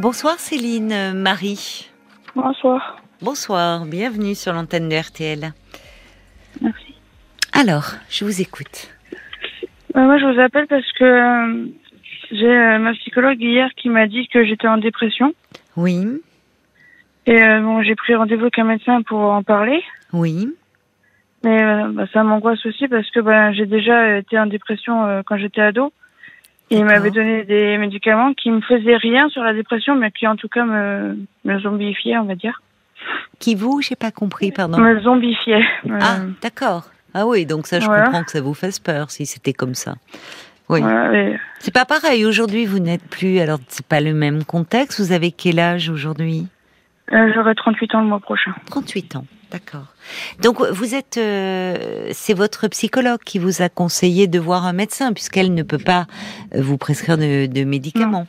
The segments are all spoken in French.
Bonsoir Céline, Marie. Bonsoir. Bonsoir, bienvenue sur l'antenne de RTL. Merci. Alors, je vous écoute. Moi, je vous appelle parce que j'ai ma psychologue hier qui m'a dit que j'étais en dépression. Oui. Et j'ai pris rendez-vous avec un médecin pour en parler. Oui. Mais ça m'angoisse aussi parce que j'ai déjà été en dépression quand j'étais ado. Et il m'avait donné des médicaments qui me faisaient rien sur la dépression, mais qui en tout cas me zombifiaient, on va dire. Qui vous? J'ai pas compris, pardon. Me zombifiaient. Ah, d'accord. Ah oui, donc ça, je comprends que ça vous fasse peur si c'était comme ça. Oui. Voilà, C'est pas pareil. Aujourd'hui, vous n'êtes plus. Alors, c'est pas le même contexte. Vous avez quel âge aujourd'hui? J'aurai 38 ans le mois prochain. 38 ans, d'accord. Donc, vous êtes... c'est votre psychologue qui vous a conseillé de voir un médecin, puisqu'elle ne peut pas vous prescrire de médicaments.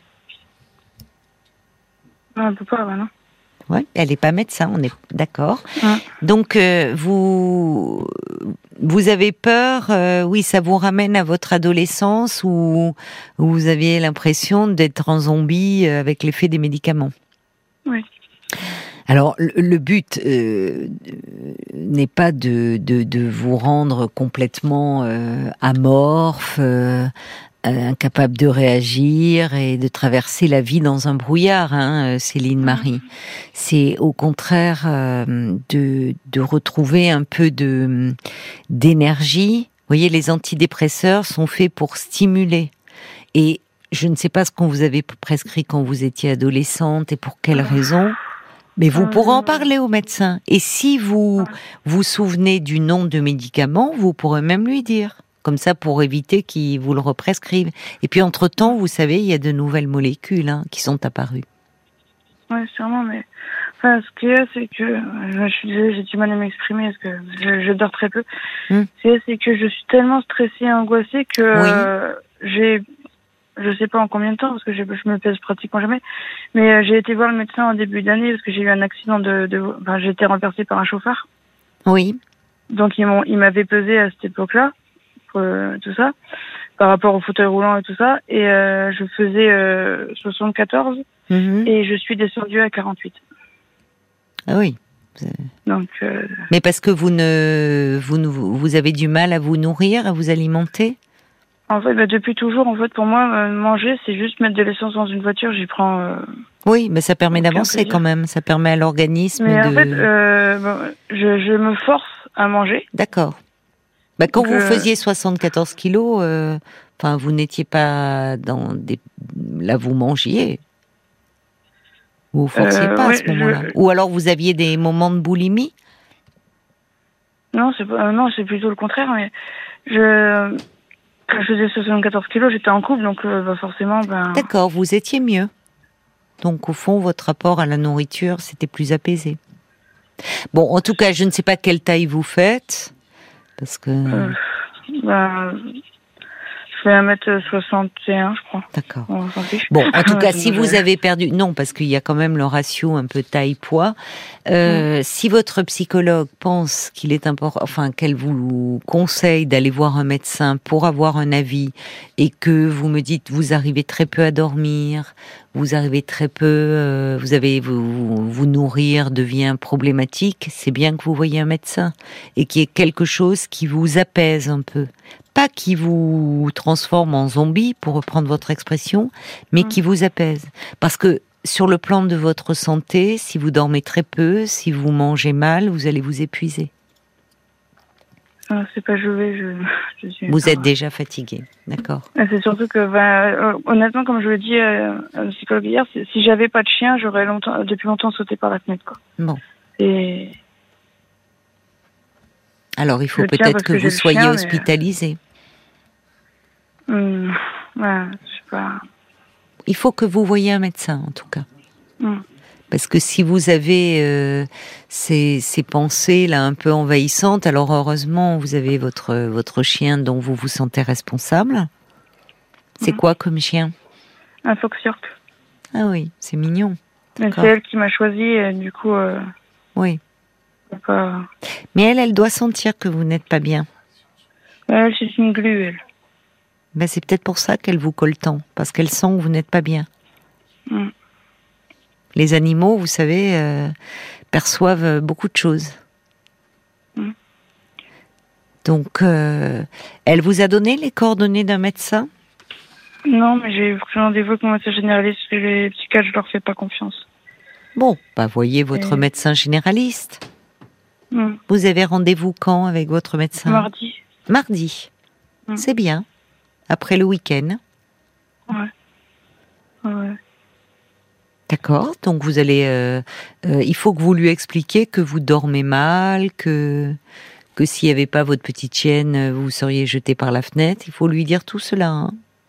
Non, elle peut pas, non. Ouais, elle n'est pas médecin, on est d'accord. Donc, vous avez peur, oui, ça vous ramène à votre adolescence où vous aviez l'impression d'être en zombie avec l'effet des médicaments. Oui. Alors, le but n'est pas de vous rendre complètement amorphe, incapable de réagir et de traverser la vie dans un brouillard, Céline Marie. C'est au contraire de retrouver un peu d'énergie. Vous voyez, les antidépresseurs sont faits pour stimuler. Et je ne sais pas ce qu'on vous avait prescrit quand vous étiez adolescente et pour quelles raisons. Mais vous pourrez en parler au médecin. Et si vous vous souvenez du nom de médicament, vous pourrez même lui dire. Comme ça, pour éviter qu'il vous le represcrive. Et puis, entre-temps, vous savez, il y a de nouvelles molécules qui sont apparues. Oui, sûrement, mais... Enfin, ce qu'il y a, c'est que... je suis désolée, j'ai du mal à m'exprimer parce que je dors très peu. C'est que je suis tellement stressée et angoissée que j'ai... Je sais pas en combien de temps, parce que je me pèse pratiquement jamais. Mais j'ai été voir le médecin en début d'année parce que j'ai eu un accident j'ai été renversée par un chauffard. Oui. Donc, ils m'avaient pesé à cette époque-là. Tout ça, par rapport au fauteuil roulant et tout ça, et je faisais 74 et je suis descendue à 48. Ah oui. Donc, mais parce que vous avez du mal à vous nourrir, à vous alimenter? En fait, depuis toujours, pour moi, manger, c'est juste mettre de l'essence dans une voiture, j'y prends... Oui, mais ça permet d'avancer quand même, ça permet à l'organisme mais en fait, je me force à manger. D'accord. Quand vous faisiez 74 kilos, vous n'étiez pas là, vous mangiez. Vous vous forciez pas à ce moment-là. Ou alors vous aviez des moments de boulimie? Non, c'est plutôt le contraire. Mais quand je faisais 74 kilos, j'étais en couple, donc forcément... D'accord, vous étiez mieux. Donc au fond, votre rapport à la nourriture, c'était plus apaisé. Bon, en tout cas, je ne sais pas quelle taille vous faites. Parce que... je fais 1m61, je crois. D'accord. Bon, en tout cas, si vous avez perdu... Non, parce qu'il y a quand même le ratio un peu taille-poids. Si votre psychologue pense qu'il est important... qu'elle vous conseille d'aller voir un médecin pour avoir un avis, et que vous me dites, vous arrivez très peu à dormir, vous arrivez très peu... vous nourrir devient problématique, c'est bien que vous voyez un médecin. Et qu'il y ait quelque chose qui vous apaise un peu. Pas qui vous transforme en zombie, pour reprendre votre expression, mais qui vous apaise. Parce que sur le plan de votre santé, si vous dormez très peu, si vous mangez mal, vous allez vous épuiser. C'est pas je suis... Vous êtes déjà fatigué, d'accord. C'est surtout que, honnêtement, comme je le dis à la psychologue hier, si j'avais pas de chien, j'aurais depuis longtemps sauté par la fenêtre, quoi. Bon. Et... Alors, il faut peut-être que vous soyez hospitalisé. Je sais pas. Il faut que vous voyiez un médecin, en tout cas. Parce que si vous avez ces pensées là un peu envahissantes, alors heureusement vous avez votre chien dont vous vous sentez responsable. C'est quoi comme chien? Un Fox York. Ah oui, c'est mignon. Mais c'est elle qui m'a choisi, et du coup. Oui. Mais elle doit sentir que vous n'êtes pas bien. Elle, c'est une glu, elle. C'est peut-être pour ça qu'elle vous colle tant, parce qu'elle sent que vous n'êtes pas bien. Les animaux, vous savez, perçoivent beaucoup de choses. Donc, elle vous a donné les coordonnées d'un médecin ? Non, mais j'ai pris rendez-vous avec mon médecin généraliste parce que les psychiatres, je leur fais pas confiance. Bon, voyez votre médecin généraliste. Vous avez rendez-vous quand avec votre médecin ? Mardi. Mardi. C'est bien. Après le week-end. Ouais. D'accord. Donc vous allez. Il faut que vous lui expliquiez que vous dormez mal, que s'il n'y avait pas votre petite chienne, vous seriez jeté par la fenêtre. Il faut lui dire tout cela. Hein.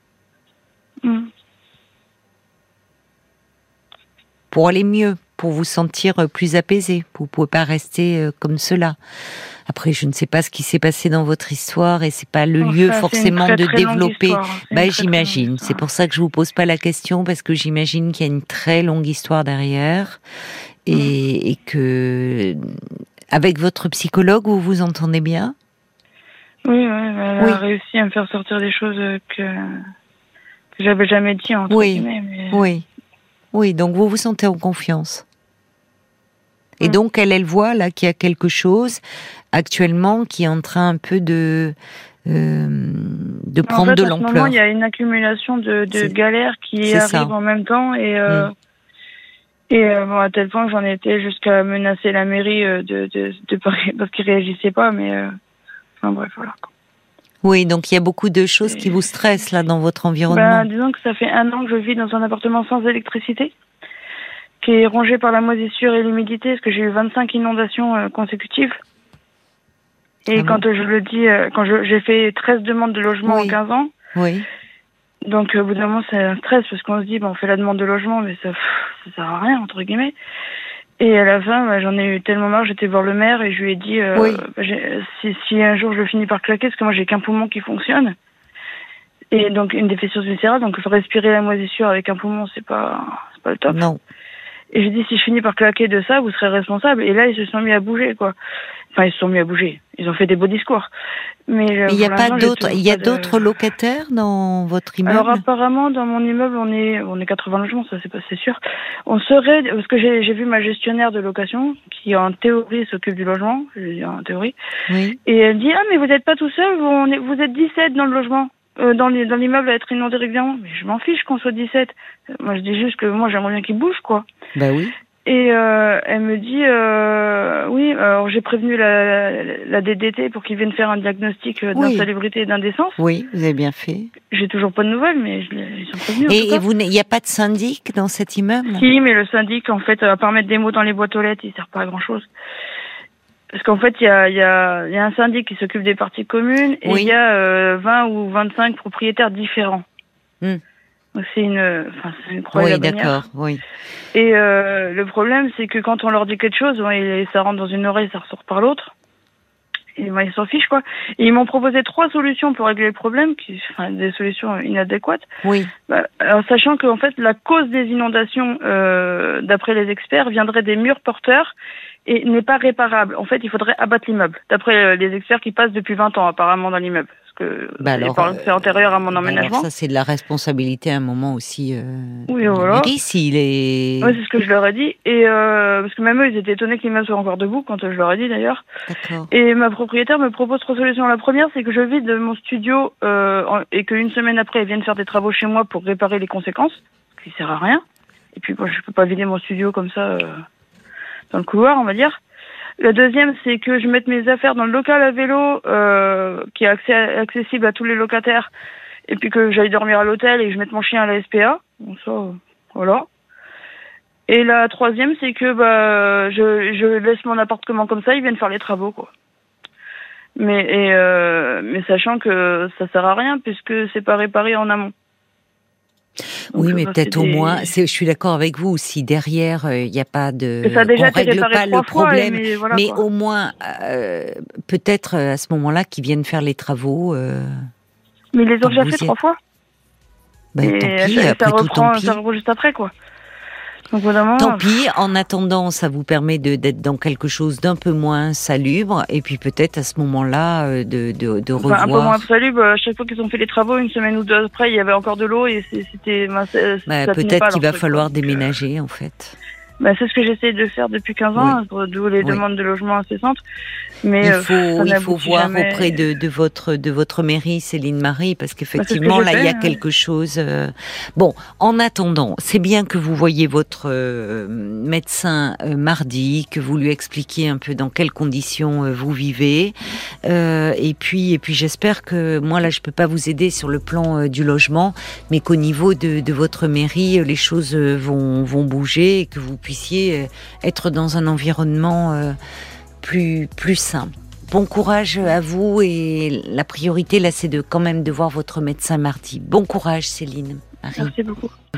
Pour aller mieux, pour vous sentir plus apaisé. Vous ne pouvez pas rester comme cela. Après, je ne sais pas ce qui s'est passé dans votre histoire et c'est pas le lieu forcément de développer. J'imagine. C'est pour ça que je vous pose pas la question parce que j'imagine qu'il y a une très longue histoire derrière et que avec votre psychologue, vous vous entendez bien ? Oui, elle a réussi à me faire sortir des choses que j'avais jamais dit entre guillemets. Mais... Oui, donc vous vous sentez en confiance. Et donc elle voit là qu'il y a quelque chose actuellement qui est en train un peu de prendre de l'ampleur. En ce moment, il y a une accumulation de galères qui arrivent en même temps et à tel point que j'en étais jusqu'à menacer la mairie de Paris parce qu'ils réagissaient pas, mais enfin bref, voilà. Oui, donc il y a beaucoup de choses qui vous stressent là dans votre environnement. Disons que ça fait 1 an que je vis dans un appartement sans électricité, qui est rongé par la moisissure et l'humidité, parce que j'ai eu 25 inondations consécutives. Et quand je le dis, j'ai fait 13 demandes de logement en 15 ans. Oui. Donc au bout d'un moment, c'est un stress, parce qu'on se dit, on fait la demande de logement, mais ça sert à rien, entre guillemets. Et à la fin, j'en ai eu tellement marre, j'étais voir le maire et je lui ai dit, si un jour je finis par claquer, parce que moi j'ai qu'un poumon qui fonctionne, et donc une déficience viscérale, donc respirer la moisissure avec un poumon, c'est pas le top. Non. Et j'ai dit, si je finis par claquer de ça, vous serez responsable. Et là, ils se sont mis à bouger, quoi. Enfin, ils se sont mis à bouger. Ils ont fait des beaux discours. Mais il y a d'autres locataires dans votre immeuble? Alors apparemment, dans mon immeuble, on est 80 logements, ça c'est sûr. On serait, parce que j'ai vu ma gestionnaire de location, qui en théorie s'occupe du logement, je dis en théorie, et elle dit, mais vous n'êtes pas tout seul, vous êtes 17 dans le logement. Dans l'immeuble à être inondé régulièrement. Mais je m'en fiche qu'on soit 17. Moi, je dis juste que moi, j'aimerais bien qu'ils bougent, quoi. Bah oui. Et elle me dit, alors j'ai prévenu la DDT pour qu'ils viennent faire un diagnostic d'insalubrité et d'indécence. Oui, vous avez bien fait. J'ai toujours pas de nouvelles, mais ils sont prévenus. Et il n'y a pas de syndic dans cet immeuble? Si, mais le syndic, en fait, à part mettre des mots dans les boîtes aux lettres, il sert pas à grand-chose. Parce qu'en fait, il y a un syndic qui s'occupe des parties communes et il y a 20 ou 25 propriétaires différents. Donc c'est une croix à la bannière. D'accord, oui. Et le problème, c'est que quand on leur dit quelque chose, ça rentre dans une oreille, ça ressort par l'autre. Et ils s'en fichent, quoi. Et ils m'ont proposé 3 solutions pour régler le problème, des solutions inadéquates. Oui. Alors, sachant qu'en fait, la cause des inondations, d'après les experts, viendrait des murs porteurs et n'est pas réparable. En fait, il faudrait abattre l'immeuble, d'après les experts qui passent depuis 20 ans apparemment dans l'immeuble. Parce que c'est antérieur à mon emménagement. Alors ça, c'est de la responsabilité à un moment aussi. Oui, voilà. Oui, c'est ce que je leur ai dit. Et parce que même eux, ils étaient étonnés que l'immeuble soit encore debout, quand je leur ai dit d'ailleurs. D'accord. Et ma propriétaire me propose 3 solutions. La première, c'est que je vide mon studio et qu'une semaine après, ils viennent faire des travaux chez moi pour réparer les conséquences, ce qui sert à rien. Et puis, je peux pas vider mon studio comme ça dans le couloir, on va dire. La deuxième, c'est que je mette mes affaires dans le local à vélo qui est accessible à tous les locataires, et puis que j'aille dormir à l'hôtel et que je mette mon chien à la SPA. Bon, ça, voilà. Et la troisième, c'est que je laisse mon appartement comme ça, ils viennent faire les travaux, quoi. Mais sachant que ça sert à rien puisque c'est pas réparé en amont. Donc, oui, mais peut-être au moins, je suis d'accord avec vous, si derrière, il n'y a pas de... Ça a déjà été règle pas le problème, mais au moins, peut-être à ce moment-là, qu'ils viennent faire les travaux... mais ils les ont déjà fait 3 fois. Et tant pis, après tout, tant pis. Ça reprend juste après, quoi. Donc, vraiment, tant pis, en attendant, ça vous permet d'être dans quelque chose d'un peu moins salubre, et puis peut-être à ce moment-là, de revoir... un peu moins salubre, à chaque fois qu'ils ont fait les travaux, une semaine ou 2 après, il y avait encore de l'eau, et c'était... peut-être qu'il va falloir déménager, en fait. c'est ce que j'essaye de faire depuis 15 ans, d'où les demandes de logement incessantes. Mais il faut voir jamais auprès de votre mairie, Céline Marie, parce qu'effectivement, là, il y a quelque chose. Bon, en attendant, c'est bien que vous voyez votre médecin mardi, que vous lui expliquiez un peu dans quelles conditions vous vivez, et puis j'espère que moi là, je peux pas vous aider sur le plan du logement, mais qu'au niveau de votre mairie, les choses vont bouger et que vous puissiez être dans un environnement plus sain. Bon courage à vous, et la priorité là, c'est quand même de voir votre médecin mardi. Bon courage, Céline Marie. Merci beaucoup.